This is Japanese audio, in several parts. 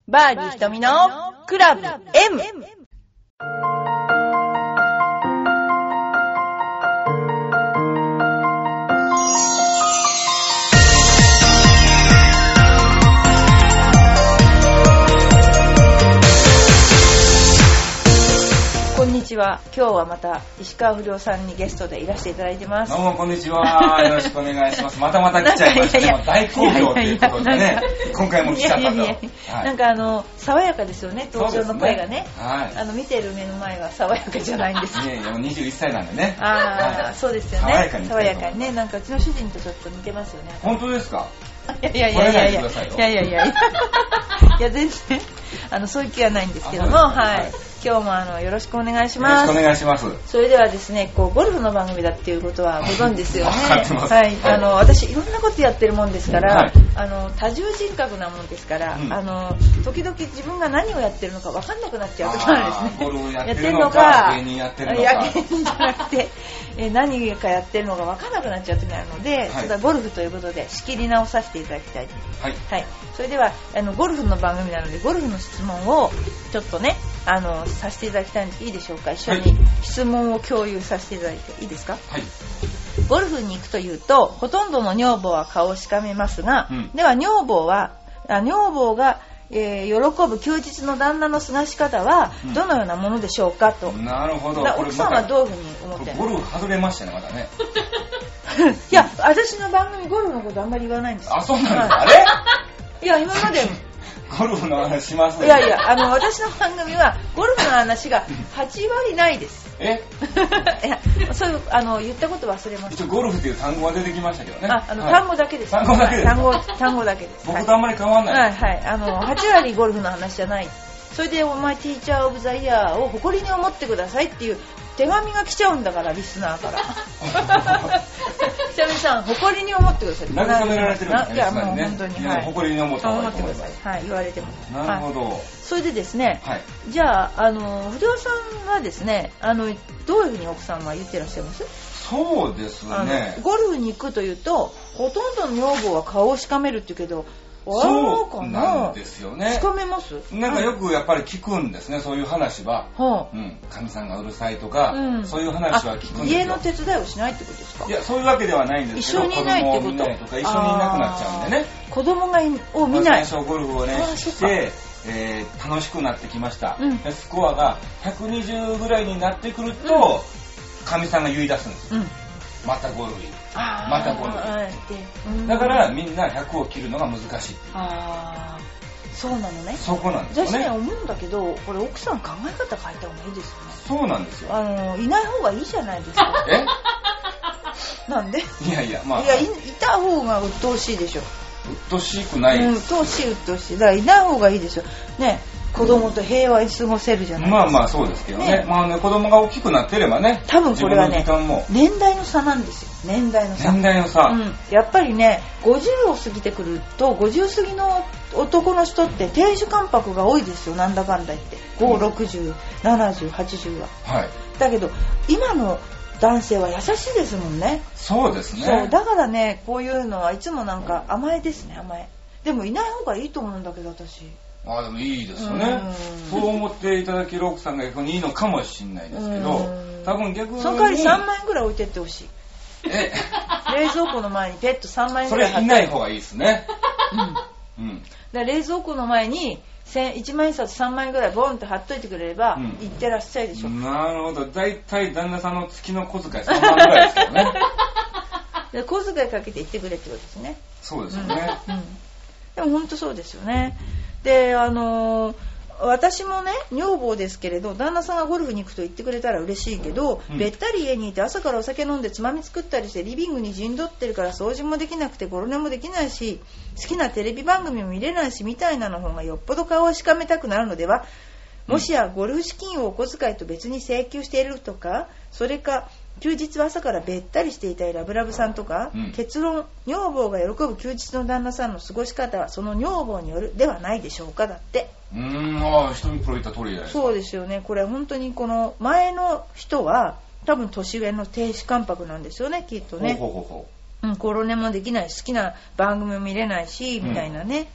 バーディー瞳のクラブ M。こんにちは。今日はまた石川不良さんにゲストでいらしていただいてます。 どうもこんにちは。よろしくお願いします。また来ちゃいましたね。大好評ということでね。今回も来ちゃったと。 なんか爽やかですよね。登場の声がね。見てる目の前は爽やかじゃないんです。 いやいや、もう21歳なんでね。 そうですよね。爽やかにね。なんかうちの主人とちょっと似てますよね。 本当ですか？ いや、全然そういう気はないんですけども、はい。今日もよろしくお願いします。 よろしくお願いします。 それではですね、ゴルフの番組だっていうことはご存知ですよね。 分かってます。 はい。私いろんなことやってるもんですから、多重人格なもんですから、時々自分が何をやってるのか分かんなくなっちゃうとかなんですね。 ゴルフやってるのか、芸人やってるのか。 芸人じゃなくて、何かやってるのか分かんなくなっちゃう時があるので、ちょっとゴルフということで仕切り直させていただきたいと思います。はい。それではゴルフの番組なのでゴルフの質問をちょっとねさせていただきたいんです。いいでしょうか。一緒に質問を共有させていただいていいですか。はい。ゴルフに行くというとほとんどの女房は顔をしかめますが、では女房が喜ぶ休日の旦那の過ごし方はどのようなものでしょうかと。 なるほど。 奥さんはどういうふうに思ってるの？ ゴルフ外れましたね、まだね。 いや、私の番組ゴルフのことあんまり言わないんですよ。 あ、そうなんですか。あれ？いや、今までゴルフの話します。 いや、私の番組はゴルフの話が8割ないです。いや、そういう言ったこと忘れました。 一応ゴルフっていう単語が出てきましたけどね。 単語だけです。単語だけです。単語だけです。 僕とあんまり変わんない。 はい。8割ゴルフの話じゃない。それでお前ティーチャーオブザイヤーを誇りに思ってくださいっていう手紙が来ちゃうんだから、リスナーから。北見さん、誇りに思ってください。 慰められてるんですね。 いや、もう本当に、 誇りに思ってください。 はい、言われてます。 なるほど。 それでですね、じゃあ、不良さんはですね、どういうふうに奥さんは言ってらっしゃいます？ そうですね。 ゴルフに行くというと、ほとんどの女房は顔をしかめるって言うけど、 そうなんですよね。 しかめます？ なんかよくやっぱり聞くんですね、そういう話は。神さんがうるさいとか、そういう話は聞くんですよ。 家の手伝いをしないってことですか？ いや、そういうわけではないんですけど、 一緒にいないってこと？ 子供を見ないとか一緒にいなくなっちゃうんでね。 子供を見ない。 最初ゴルフをねして、楽しくなってきました。スコアが120ぐらいになってくると、神さんが言い出すんですよ。またゴルフまたゴルフだからみんな100を切るのが難しい。 そうなのね。 そこなんですよね。 私ね、思うんだけど、これ奥さん考え方変えた方がいいですよね。 そうなんですよ。 いない方がいいじゃないですか。なんで？いや、いた方が鬱陶しいでしょ。 鬱陶しくない。 鬱陶しい。だからいない方がいいですよね。子供と平和に過ごせるじゃないですか。 まあそうですけどね。子供が大きくなってればね。 多分これはね、年代の差なんですよ。年代の差。やっぱりね、50を過ぎてくると、50過ぎの男の人って亭主関白が多いですよ。なんだかんだ言って。5、60、70、80は。だけど、今の男性は優しいですもんね。 そうですね。 そう、だからね、こういうのはいつもなんか甘えですね、甘え。でもいない方がいいと思うんだけど、私。 でもいいですよね。そう思っていただける奥さんが逆にいいのかもしれないですけど、多分逆に。 その代わり3万円ぐらい置いてってほしい。冷蔵庫の前にペット3万円ぐらいそれいない方がいいですね。 だ冷蔵庫の前に1万円札3万円ぐらいボンって貼っといてくれれば、行ってらっしゃいでしょ。 なるほど。だいたい旦那さんの月の小遣い3万ぐらいですけどね。 で小遣いかけて行ってくれってことですね。 そうですよね。 でも本当そうですよね。で、私もね、女房ですけれど、旦那さんがゴルフに行くと言ってくれたら嬉しいけど、べったり家にいて朝からお酒飲んでつまみ作ったりしてリビングに陣取ってるから掃除もできなくてゴロ寝もできないし、好きなテレビ番組も見れないしみたいなの方がよっぽど顔をしかめたくなるのでは。もしやゴルフ資金をお小遣いと別に請求しているとか、それか休日は朝からべったりしていたいラブラブさんとか、結論、女房が喜ぶ休日の旦那さんの過ごし方はその女房によるではないでしょうか。だって人にプロ言った通りじゃないですか。 そうですよね。これ本当にこの前の人は多分年上の亭主関白なんですよね、きっとね。コロネもできないし好きな番組も見れないし、みたいなね。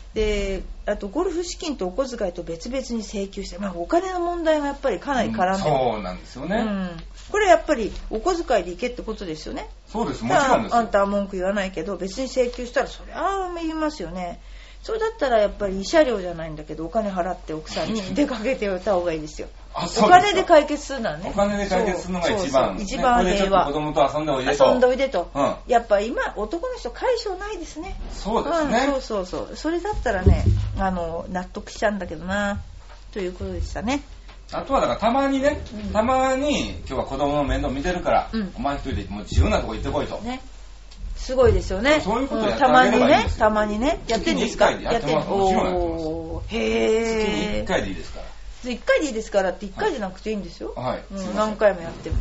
であとゴルフ資金とお小遣いと別々に請求して、お金の問題がやっぱりかなり絡んでる、 そうなんですよね、 これやっぱりお小遣いでいけってことですよね。 そうです、もちろんですよ。 あんたは文句言わないけど別に請求したらそりゃ言いますよね。それだったらやっぱり慰謝料じゃないんだけどお金払って奥さんに出かけておいた方がいいですよ。お金で解決するのはね。 お金で解決するのが一番、 一番平和。 これでちょっと子供と遊んでおいでと。 遊んでおいでと。やっぱ今男の人解消ないですね。 そうですね。 そう。それだったらね納得しちゃうんだけどなということでしたね。 あとはだからたまにね、たまに今日は子供の面倒見てるから、お前一人でもう自由なとこ行ってこいと。ね。 すごいですよね。 そういうことやってあげればいいんですよ。 たまにねやってんですか。 やってます。もちろんやってます。 へ月に1回でいいですから。 1回でいいですからって1回じゃなくていいんですよ。 はい。 何回もやっても。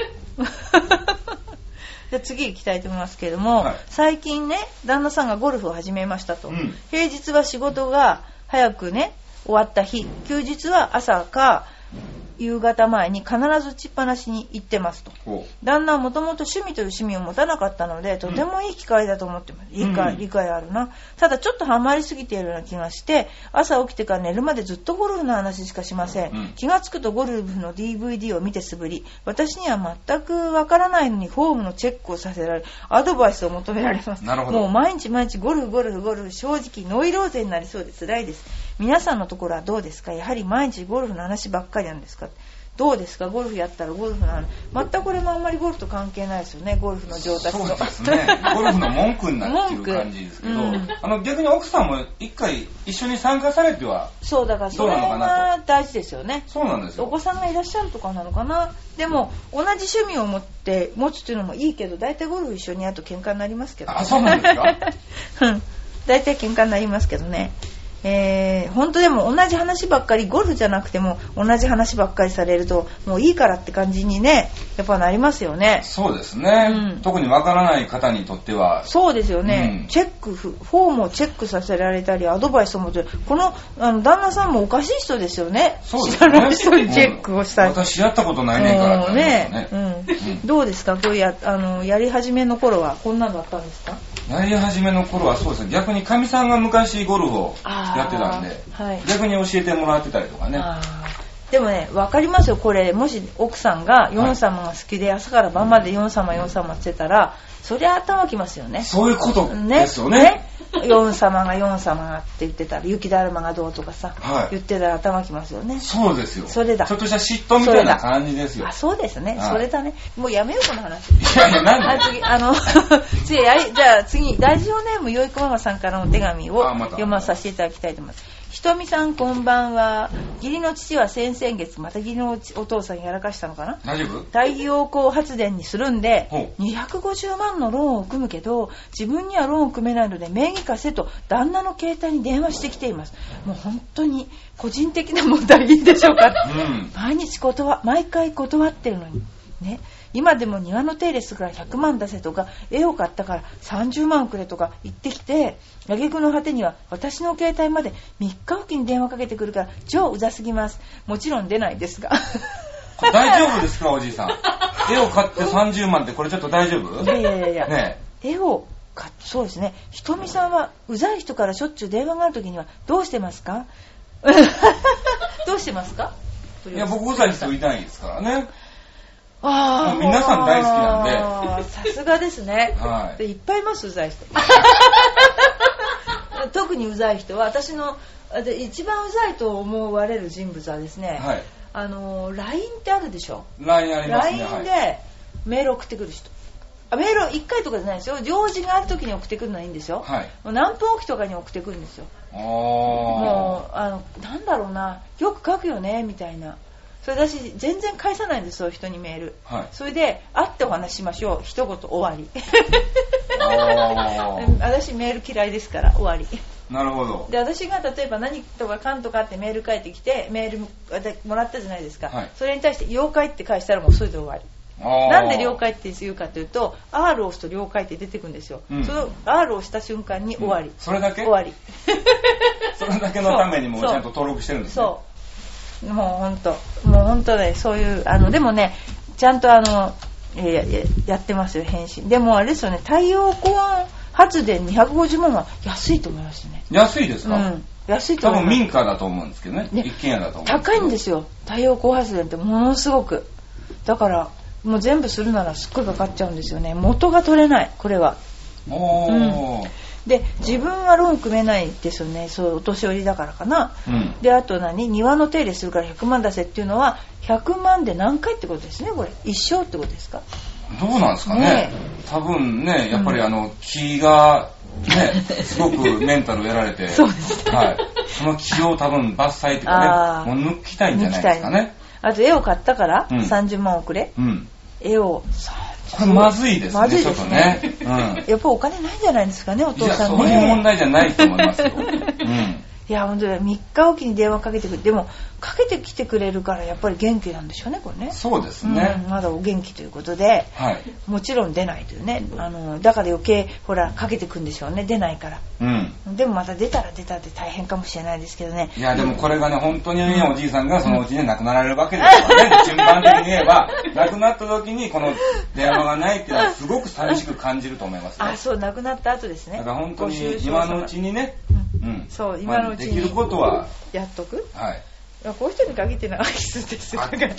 じゃあ次行きたいと思いますけれども、最近ね旦那さんがゴルフを始めましたと。平日は仕事が早くね終わった日、休日は朝か夕方前に必ず打ちっぱなしに行ってますと。旦那はもともと趣味という趣味を持たなかったのでとてもいい機会だと思ってます。理解あるな。ただちょっとハマりすぎているような気がして朝起きてから寝るまでずっとゴルフの話しかしません。気がつくとゴルフの DVD を見て素振り、私には全くわからないのにフォームのチェックをさせられアドバイスを求められます。もう毎日ゴルフ正直ノイローゼになりそうで辛いです。皆さんのところはどうですか。やはり毎日ゴルフの話ばっかりなんですか。どうですか。ゴルフやったらゴルフの話全くこれもあんまりゴルフと関係ないですよね。ゴルフの上達と。 そうですね。ゴルフの文句になってる感じですけど、逆に奥さんも一回一緒に参加されてはそうだからそれが大事ですよね。 そうなんですよ。 お子さんがいらっしゃるとかなのかな。でも同じ趣味を持つっていうのもいいけど大体ゴルフ一緒にやると喧嘩になりますけど、ね、 そうなんですか。 大体喧嘩になりますけどね。本当でも同じ話ばっかりゴルフじゃなくても同じ話ばっかりされるともういいからって感じにねやっぱなりますよね。 そうですね、特にわからない方にとってはそうですよね、フォームをチェックさせられたりアドバイスを持ってこの旦那さんもおかしい人ですよね。 そうですね。 知らない人にチェックをしたり、 私やったことないねんからってね、 どうですか。こうやり始めの頃はこんなのだったんですか。 やり始めの頃はそうですね。逆にかみさんが昔ゴルフをやってたんで、逆に教えてもらってたりとかね。 でもね分かりますよ。これもし奥さんがヨン様が好きで朝から晩までヨン様ってたらそりゃ頭きますよね。 そういうことですよね。 ヨン様がって言ってたら雪だるまがどうとかさ、言ってたら頭きますよね。 そうですよ。 それだ。 ちょっとした嫉妬みたいな感じですよ。 そうですね、それだね。もうやめようこの話。じゃあ次ラジオネームよいこママさんからの手紙を読まさせていただきたいと思います。ひとみさんこんばんは。義理の父は先々月また義理のお父さんやらかしたのかな。 大丈夫。 太陽光発電にするんで250万のローンを組むけど自分にはローンを組めないので名義貸せと旦那の携帯に電話してきています。もう本当に個人的な問題でしょうか、毎回断ってるのにね。今でも庭の手入れするから100万出せとか絵を買ったから30万くれとか言ってきて挙句の果てには私の携帯まで3日おきに電話かけてくるから超うざすぎます。もちろん出ないですが大丈夫ですかおじいさん。絵を買って30万ってこれちょっと大丈夫。 いや、ね、絵を買ってそうですね。ひとみさんはうざい人からしょっちゅう電話がある時にはどうしてますかどうしてますか。 いや僕うざい人いないですからね。 皆さん大好きなんで。さすがですね。いっぱいいますうざい人。特にうざい人は私の一番うざいと思われる人物はですね、LINE ってあるでしょ。 LINE ありますね。 LINE でメール送ってくる人。メール1回とかじゃないですよ。用事がある時に送ってくるのはいいんですよ、何分おきとかに送ってくるんですよ。もうなんだろうな、よく書くよねみたいな。それ私全然返さないんですよ人にメール、それで会ってお話しましょう一言終わり私メール嫌いですから終わり。 なるほど。 で私が例えば何とかかんとかってメール書いてきてメールもらったじゃないですか、それに対して了解って返したらもうそれで終わり。なんで了解って言うかというと R を押すと了解って出てくるんですよ、その R を押した瞬間に終わり、 それだけ終わりそれだけのためにもちゃんと登録してるんですね。 もう本当ね、そういうでもねちゃんとやってますよ返信。でもあれですよね、太陽光発電250万は安いと思いますね。 安いですか？ 安いと思います。 多分民家だと思うんですけどね。一軒家だと思うんですけど。 高いんですよ。太陽光発電ってものすごく。だからもう全部するならすっごいかかっちゃうんですよね。元が取れない、これは。で、自分はローン組めないですよね。そう、お年寄りだからかな。で、あと庭の手入れするから100万出せっていうのは100万で何回ってことですね。これ一生ってことですか？ どうなんですかね。多分ね、やっぱり木がね、すごくメンタルをやられて、 そうですね。 はい。その木を多分伐採とかね、もう抜きたいんじゃないですかね。 あと絵を買ったから30万遅れ。絵をこれまずいですね。ちょっとね。 やっぱお金ないんじゃないですかね、お父さんね。 いや、そういう問題じゃないと思いますよ。 いや、本当に3日おきに電話かけてくる。でもかけてきてくれるからやっぱり元気なんでしょうね、これね。 そうですね。 まだお元気ということで、もちろん出ないというね。だから余計ほらかけてくるんでしょうね、出ないから。でもまた出たら出たって大変かもしれないですけどね。 いや、でもこれがね、本当におじいさんがそのうちに亡くなられるわけですからね。順番的に言えば亡くなった時にこの電話がないっていうのはすごく寂しく感じると思いますよ。 そう、亡くなった後ですね。 だから本当に今のうちにね、 そう、今のうちにできることはやっとく。 はい。 こういう人に限って長きすですよ。で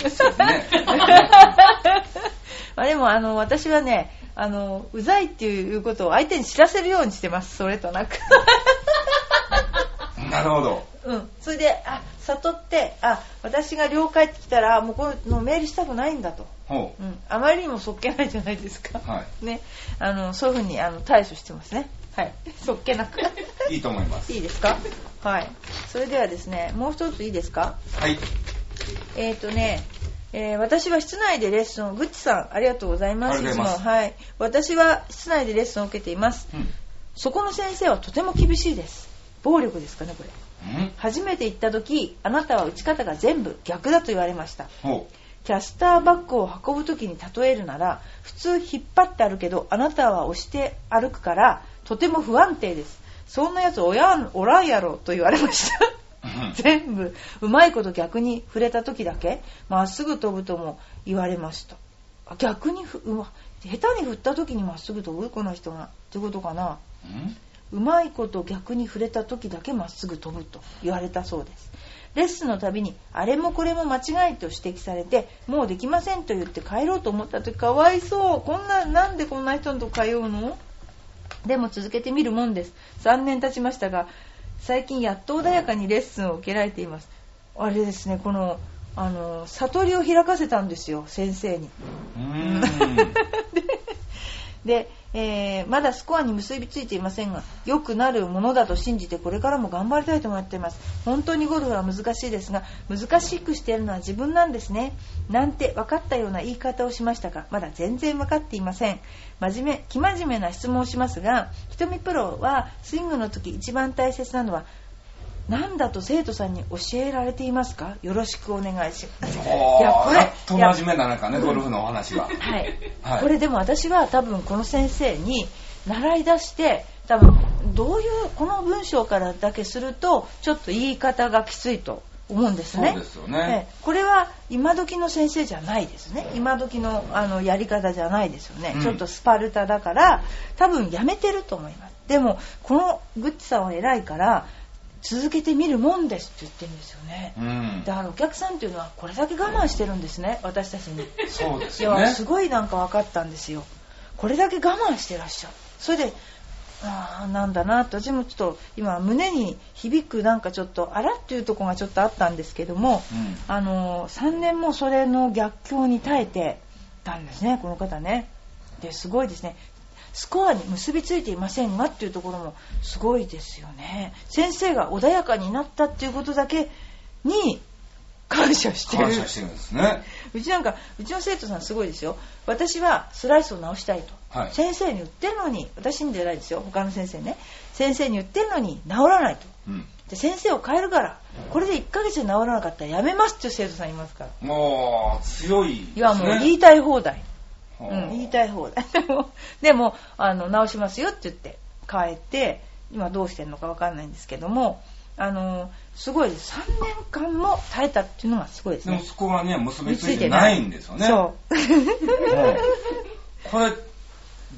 も私はね、うざいっていうことを相手に知らせるようにしてます。それとなく。 なるほど。 それで悟って私が了解ってきたらもうこのメールしたくないんだと。あまりにもそっけないじゃないですか。ね、そういうふうに対処してますね。はい、そっけなく。 いいと思います。 いいですか？はい。それではですね、もう一ついいですか？ はい。 私は室内でレッスンを、グッチさんありがとうございます。いつも。はい。私は室内でレッスンを受けています。そこの先生はとても厳しいです。暴力ですかね、これ。初めて行った時、あなたは打ち方が全部逆だと言われました。キャスターバッグを運ぶ時に例えるなら、普通引っ張って歩くけど、あなたは押して歩くからとても不安定です。そんなやつおらんやろと言われました。全部うまいこと逆に触れた時だけまっすぐ飛ぶとも言われました。逆に下手に振った時にまっすぐ飛ぶこの人がってことかな。うまいこと逆に触れた時だけまっすぐ飛ぶと言われたそうです。レッスンのたびにあれもこれも間違いと指摘されて、もうできませんと言って帰ろうと思った時、かわいそう。なんでこんな人と通うの？でも続けてみるもんです。3年経ちましたが、最近やっと穏やかにレッスンを受けられています。あれですね、この悟りを開かせたんですよ、先生に。で、まだスコアに結びついていませんが、良くなるものだと信じてこれからも頑張りたいと思っています。本当にゴルフは難しいですが、難しくしているのは自分なんですね。なんて分かったような言い方をしましたが、まだ全然分かっていません。生真面目な質問をしますが、ひとみプロはスイングの時一番大切なのは何だと生徒さんに教えられていますか？よろしくお願いします。 いや、これと真面目ななんかね、ゴルフのお話が。 これでも私は多分この先生に習い出して、多分どういうこの文章からだけするとちょっと言い方がきついと思うんですね。 そうですよね。 これは今時の先生じゃないですね。今時のやり方じゃないですよね。ちょっとスパルタだから多分やめてると思います。でもこのグッチさんは偉いから続けてみるもんですって言ってるんですよね。だからお客さんっていうのはこれだけ我慢してるんですね、私たちに。 そうですよね。 いや、すごいなんか分かったんですよ。これだけ我慢してらっしゃる。それでなんだなと、私もちょっと今胸に響くなんかちょっとあらっていうところがちょっとあったんですけども、3年もそれの逆境に耐えてたんですね、この方ね。ですごいですね。スコアに結びついていませんがっていうところもすごいですよね。先生が穏やかになったっていうことだけに感謝してる。 感謝してるんですね。 うちの生徒さんすごいですよ。私はスライスを直したいと、先生に言ってるのに、私にじゃないですよ、他の先生ね、先生に言ってるのに治らないと、で先生を変えるからこれで1ヶ月で治らなかったらやめますっていう生徒さんいますから。 もう強いですね。 いや、もう言いたい放題、言いたい放題でも直しますよって言って変えて、今どうしてるのか分かんないんですけども、すごいです。3年間も耐えたっていうのがすごいですね。 でもそこがね結びついてないんですよね。 そうこれ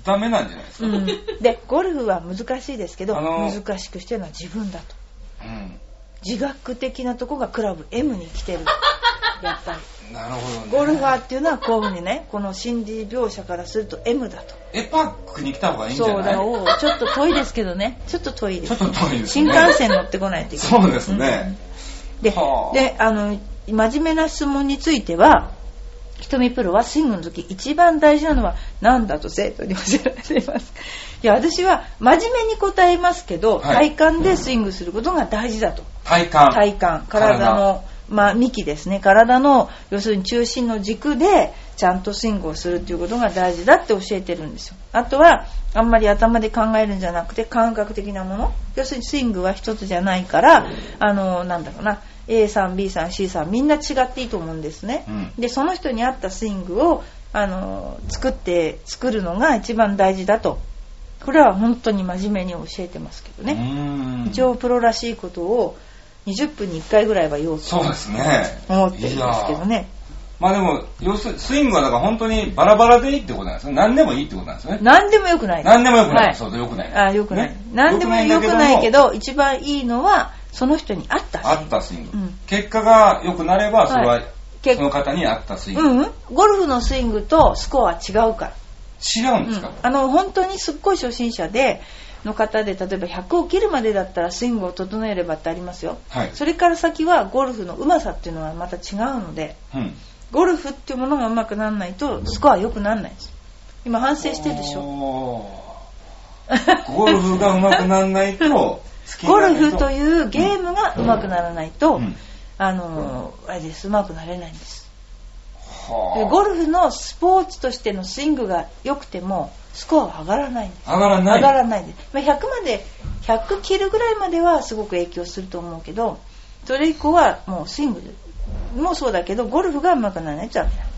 ダメなんじゃないですか、 でゴルフは難しいですけど、難しくしてるのは自分だと、自学的なとこがクラブ M に来てるやっぱりなるほどね。 ゴルファーっていうのはこういうふうにね、この心理描写からすると M だと。 エパックに来た方がいいんじゃない？ そうだ、ちょっと遠いですけどね。ちょっと遠いです。 ちょっと遠いですね。 新幹線乗ってこないといけない。 そうですね。 で、真面目な質問については、瞳プロはスイングの時一番大事なのは何だと生徒に教えられています。いや、私は真面目に答えますけど、体幹でスイングすることが大事だと。体幹、体の幹ですね。体の要するに中心の軸でちゃんとスイングをするということが大事だって教えてるんですよ。あとはあんまり頭で考えるんじゃなくて感覚的なもの、要するにスイングは一つじゃないから、なんだろうな、A さん B さん C さんみんな違っていいと思うんですね、でその人に合ったスイングを作るのが一番大事だと。これは本当に真面目に教えてますけどね。一応プロらしいことを20分に1回ぐらいは言おうと思ってるんですけどね。 まあでも要するにスイングはだから本当にバラバラでいいってことなんですね。何でもいいってことなんですね。 何でもよくない。 何でもよくない。そうよくない。 よくない。何でもよくないけど一番いいのはその人に合ったスイング。結果が良くなればそれはその方に合ったスイング。 ゴルフのスイングとスコアは違うから。 違うんですか？ 本当にすっごい初心者の方で例えば100を切るまでだったらスイングを整えればってありますよ、それから先はゴルフの上手さっていうのはまた違うので、ゴルフっていうものが上手くならないとスコア良くならないんです。今反省してるでしょ。 ゴルフが上手くならないとゴルフというゲームが上手くならないと、あれです上手くなれないんです。でゴルフのスポーツとしてのスイングが良くてもスコアは上がらないんです。 上がらないです。100切るぐらいまではすごく影響すると思うけど、それ以降はもうスイングもそうだけどゴルフが上手くならないとダメだ。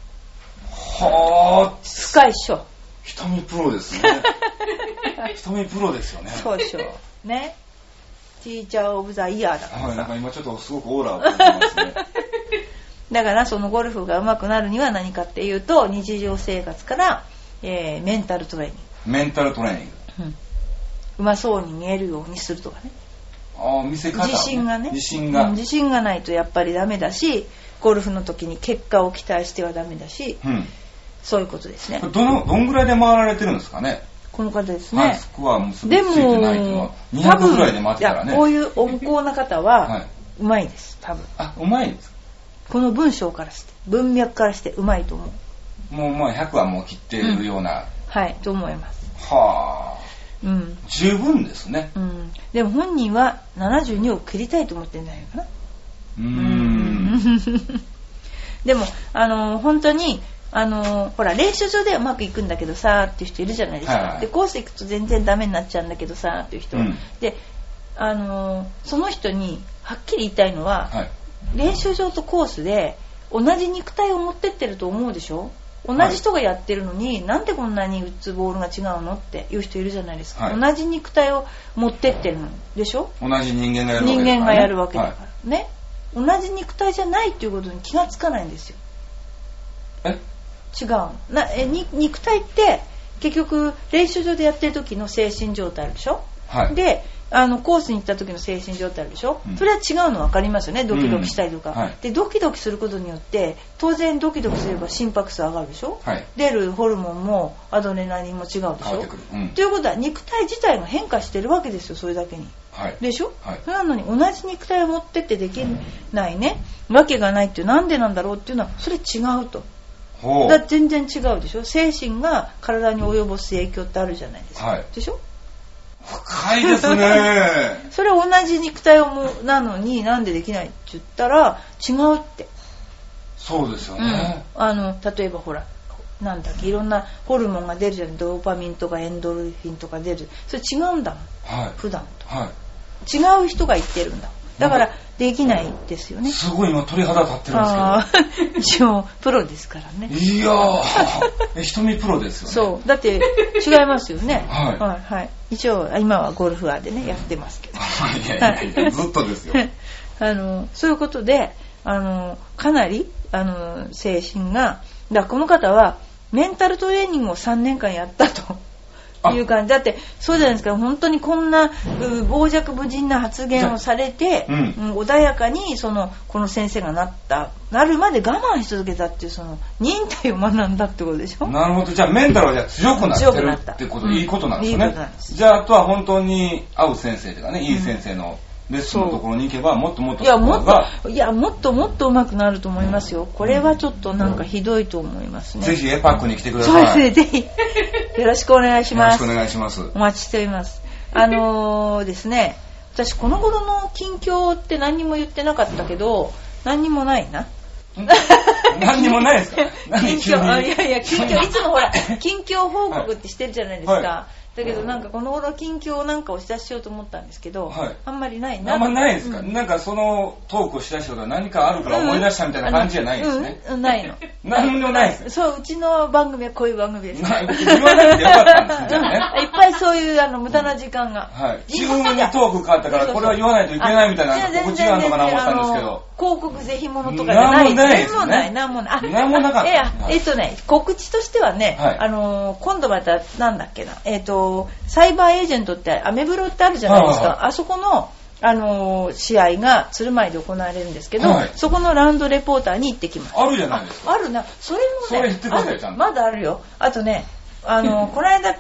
深いっしょ。 瞳プロですね。瞳プロですよね。 そうでしょうね。ティーチャーオブザイヤーだからさ。 なんか今ちょっとすごくオーラを感じますね。 だからそのゴルフが上手くなるには何かっていうと、日常生活から、メンタルトレーニング。 メンタルトレーニング。 うまそうに見えるようにするとかね。 見せ方、ね、 自信がね。 自信がないとやっぱりダメだし、ゴルフの時に結果を期待してはダメだし、そういうことですね。 どんぐらいで回られてるんですかね。 この方ですね。 スコア結びついてないというのは200ぐらいで回ってたらね。 こういう温厚な方はうまいです、多分。 うまいですか。 この文章からして文脈からしてうまいと思う。 もう100はもう切っているような、 はいと思います。 十分ですね、 でも本人は72を切りたいと思ってるんじゃないかな。でも本当にほら練習場ではうまくいくんだけどさーっていう人いるじゃないですか、でコース行くと全然ダメになっちゃうんだけどさーっていう人、でその人にはっきり言いたいのは、練習場とコースで同じ肉体を持ってってると思うでしょ。同じ人がやってるのに、なんでこんなに打つボールが違うのっていう人いるじゃないですか、同じ肉体を持ってってるのでしょ。 同じ人間がやるわけだから、 人間がやるわけだからね、同じ肉体じゃないっていうことに気がつかないんですよ。違う肉体って結局練習場でやってる時の精神状態あるでしょ、でコースに行った時の精神状態あるでしょ、それは違うの分かりますよね。ドキドキしたりとか、でドキドキすることによって当然ドキドキすれば心拍数上がるでしょ、出るホルモンもアドレナリンも違うでしょ、ということは肉体自体が変化してるわけですよ、それだけに、でしょ、それなのに同じ肉体を持ってってできないねわけがないっていう、なんでなんだろうっていうのはそれ違うと。だ全然違うでしょ。精神が体に及ぼす影響ってあるじゃないですか、でしょ。 深いですね。 それ同じ肉体なのになんでできないって言ったら違うって。 そうですよね、 例えばほらなんだっけ、いろんなホルモンが出るじゃん。ドーパミンとかエンドルフィンとか出る。それ違うんだもん、普段と、違う人が言ってるんだ。だからできないですよね。 すごい今鳥肌立ってるんですけど。 一応プロですからね。 いやー、瞳プロですよね。 そうだって違いますよね。一応今はゴルファーでねやってますけど。 いやずっとですよ。 そういうことでかなり精神がこの方はメンタルトレーニングを3年間やったという感じだって、そうじゃないですか。本当にこんな傍若無人な発言をされて、穏やかにこの先生がなるまで我慢し続けたっていう、その忍耐を学んだってことでしょ。 なるほど。じゃあメンタルはじゃあ強くなってるってこと、いいことなんですね。いいことなんです。じゃああとは本当に合う先生とかね、いい先生のレッスンのところに行けばもっともっともっと上手くなると思いますよ。これはちょっとなんかひどいと思いますね。 ぜひエパックに来てください。 そうですね、ぜひよろしくお願いします。 よろしくお願いします。 お待ちしております。ですね、私この頃の近況って何にも言ってなかったけど、何にもないな。 何にもないですか。 近況、いや近況、いつもほら近況報告ってしてるじゃないですか。はいはい、だけどなんかこの頃近況なんかをしだしようと思ったんですけど、はい、あんまりないな。 あんまないですか。なんかそのトークをしだしたことは何かあるから思い出したみたいな感じじゃないんですね。 ないの。 何もないです。 そう、うちの番組はこういう番組です。 言わなくてよかったんですね。 いっぱいそういう無駄な時間が。 はい。自分にトーク変わったからこれは言わないといけないみたいな告知があるのかなと思ったんですけど。 広告ぜひものとかじゃない。 何もなかった。 告知としてはね、今度またなんだっけな、サイバーエージェントってアメブロってあるじゃないですか。あそこの試合が鶴舞で行われるんですけど、そこのラウンドレポーターに行ってきます。 あるじゃないですか。 あるな。それもね、 それ言ってくださいちゃんと。 まだあるよ。あとね、この間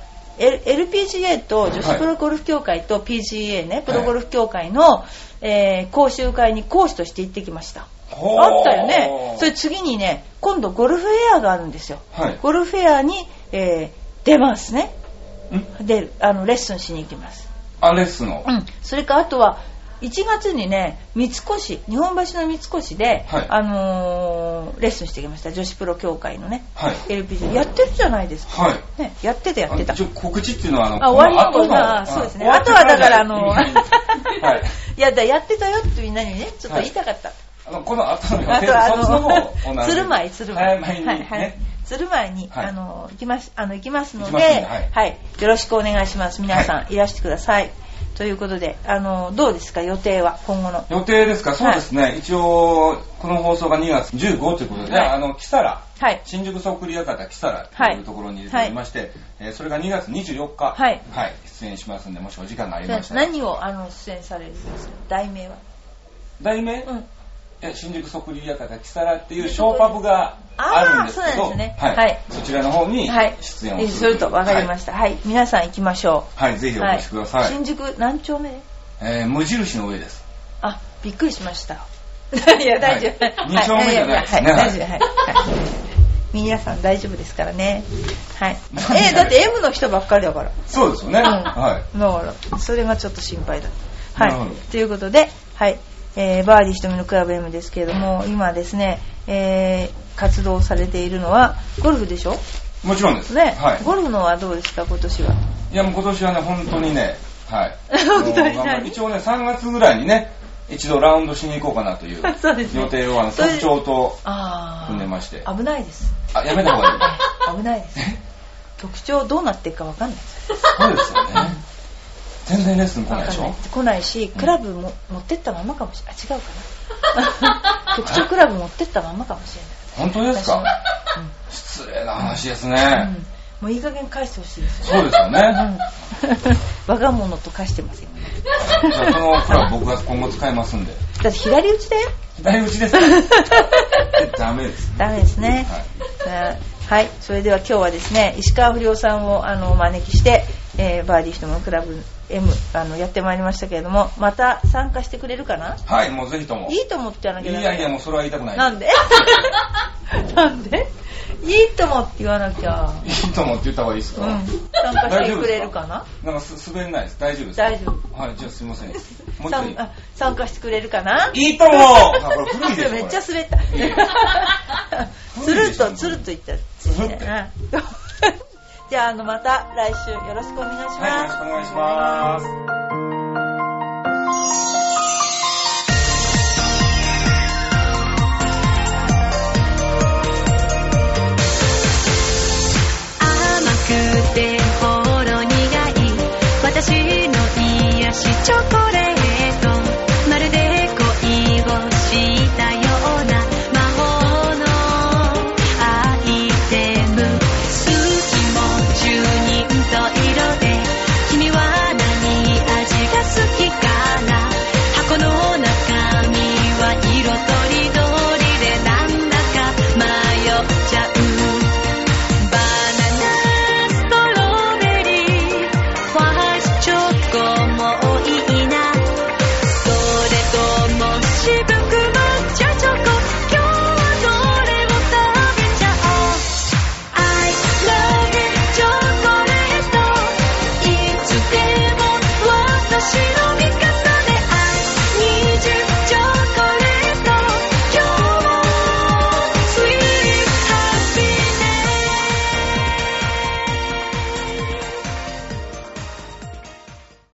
LPGA と女子プロゴルフ協会と PGA ね、プロゴルフ協会の講習会に講師として行ってきました。あったよね。それ次にね、今度ゴルフエアがあるんですよ。ゴルフエアに、出ますね。レッスンしに行きます。 レッスンの。 それからあとは1月にね、日本橋の三越で、レッスンしてきました。女子プロ協会のね、LPG やってるじゃないですか。ね、やってた。 告知っていうのは終わりの後がそうですね。あとはだからやってたよってみんなにね、ちょっと言いたかった。 この後の方鶴舞鶴舞に行きますので、よろしくお願いします。皆さんいらしてください。ということで、どうですか、予定は、今後の予定ですか。そうですね、一応この放送が2月15ということで、キサラ、新宿そっくり館キサラというところに入れておりまして、それが2月24日、出演しますので、もしお時間がありましたら。 何を出演されるんですか。題名は新宿そっくり館キサラっていうショーパブがあるんですけど、そちらの方に出演をすると。わかりました。皆さん行きましょう。ぜひお越しください。 新宿何丁目？ 無印の上です。 びっくりしました。いや大丈夫。 2丁目じゃないですね。 大丈夫。皆さん大丈夫ですからね。だって M の人ばっかりだから。 そうですよね。だからそれがちょっと心配だ。ということで、バーディー瞳のクラブ M ですけれども、今ですね、活動されているのはゴルフでしょ。 もちろんですね。ゴルフのはどうですか、今年は。 いやもう今年はね、本当にね、一応ね、3月ぐらいにね、一度ラウンドしに行こうかなという予定を局長と組んでまして。 危ないです。 やめた方がいい。危ないです。局長どうなっていくか分かんない。 そうですよね。全然レッスン来ないでしょ。 来ないし、クラブも持ってったままかもしれない。違うかな。局長クラブ持ってったままかもしれない。本当ですか。失礼な話ですね。 もういい加減返してほしいですよね。そうですよね。 我が物と化してますよ。 じゃあそのクラブ僕が今後使いますんで。 だって左打ちだよ。 左打ちですか。ダメです。 ダメですね。それでは今日はですね、石川不良さんをお招きして、バーディー瞳のクラブ M やってまいりましたけれども、また参加してくれるかな。 もうぜひとも。 いいと思ってやらなきゃダメ。 いやもうそれは言いたくない。 なんでなんでいいともって言わなきゃ。 いいともって言った方がいいですか。 参加してくれるかな。 なんか滑れないです。大丈夫ですか。 大丈夫。 じゃあすいません。もう一回参加してくれるかな。 いいとも。これ古いです。 めっちゃ滑った。つるっと言った。じゃあまた来週よろしくお願いします。 よろしくお願いします。 甘くてほろ苦い私の癒しチョコレート。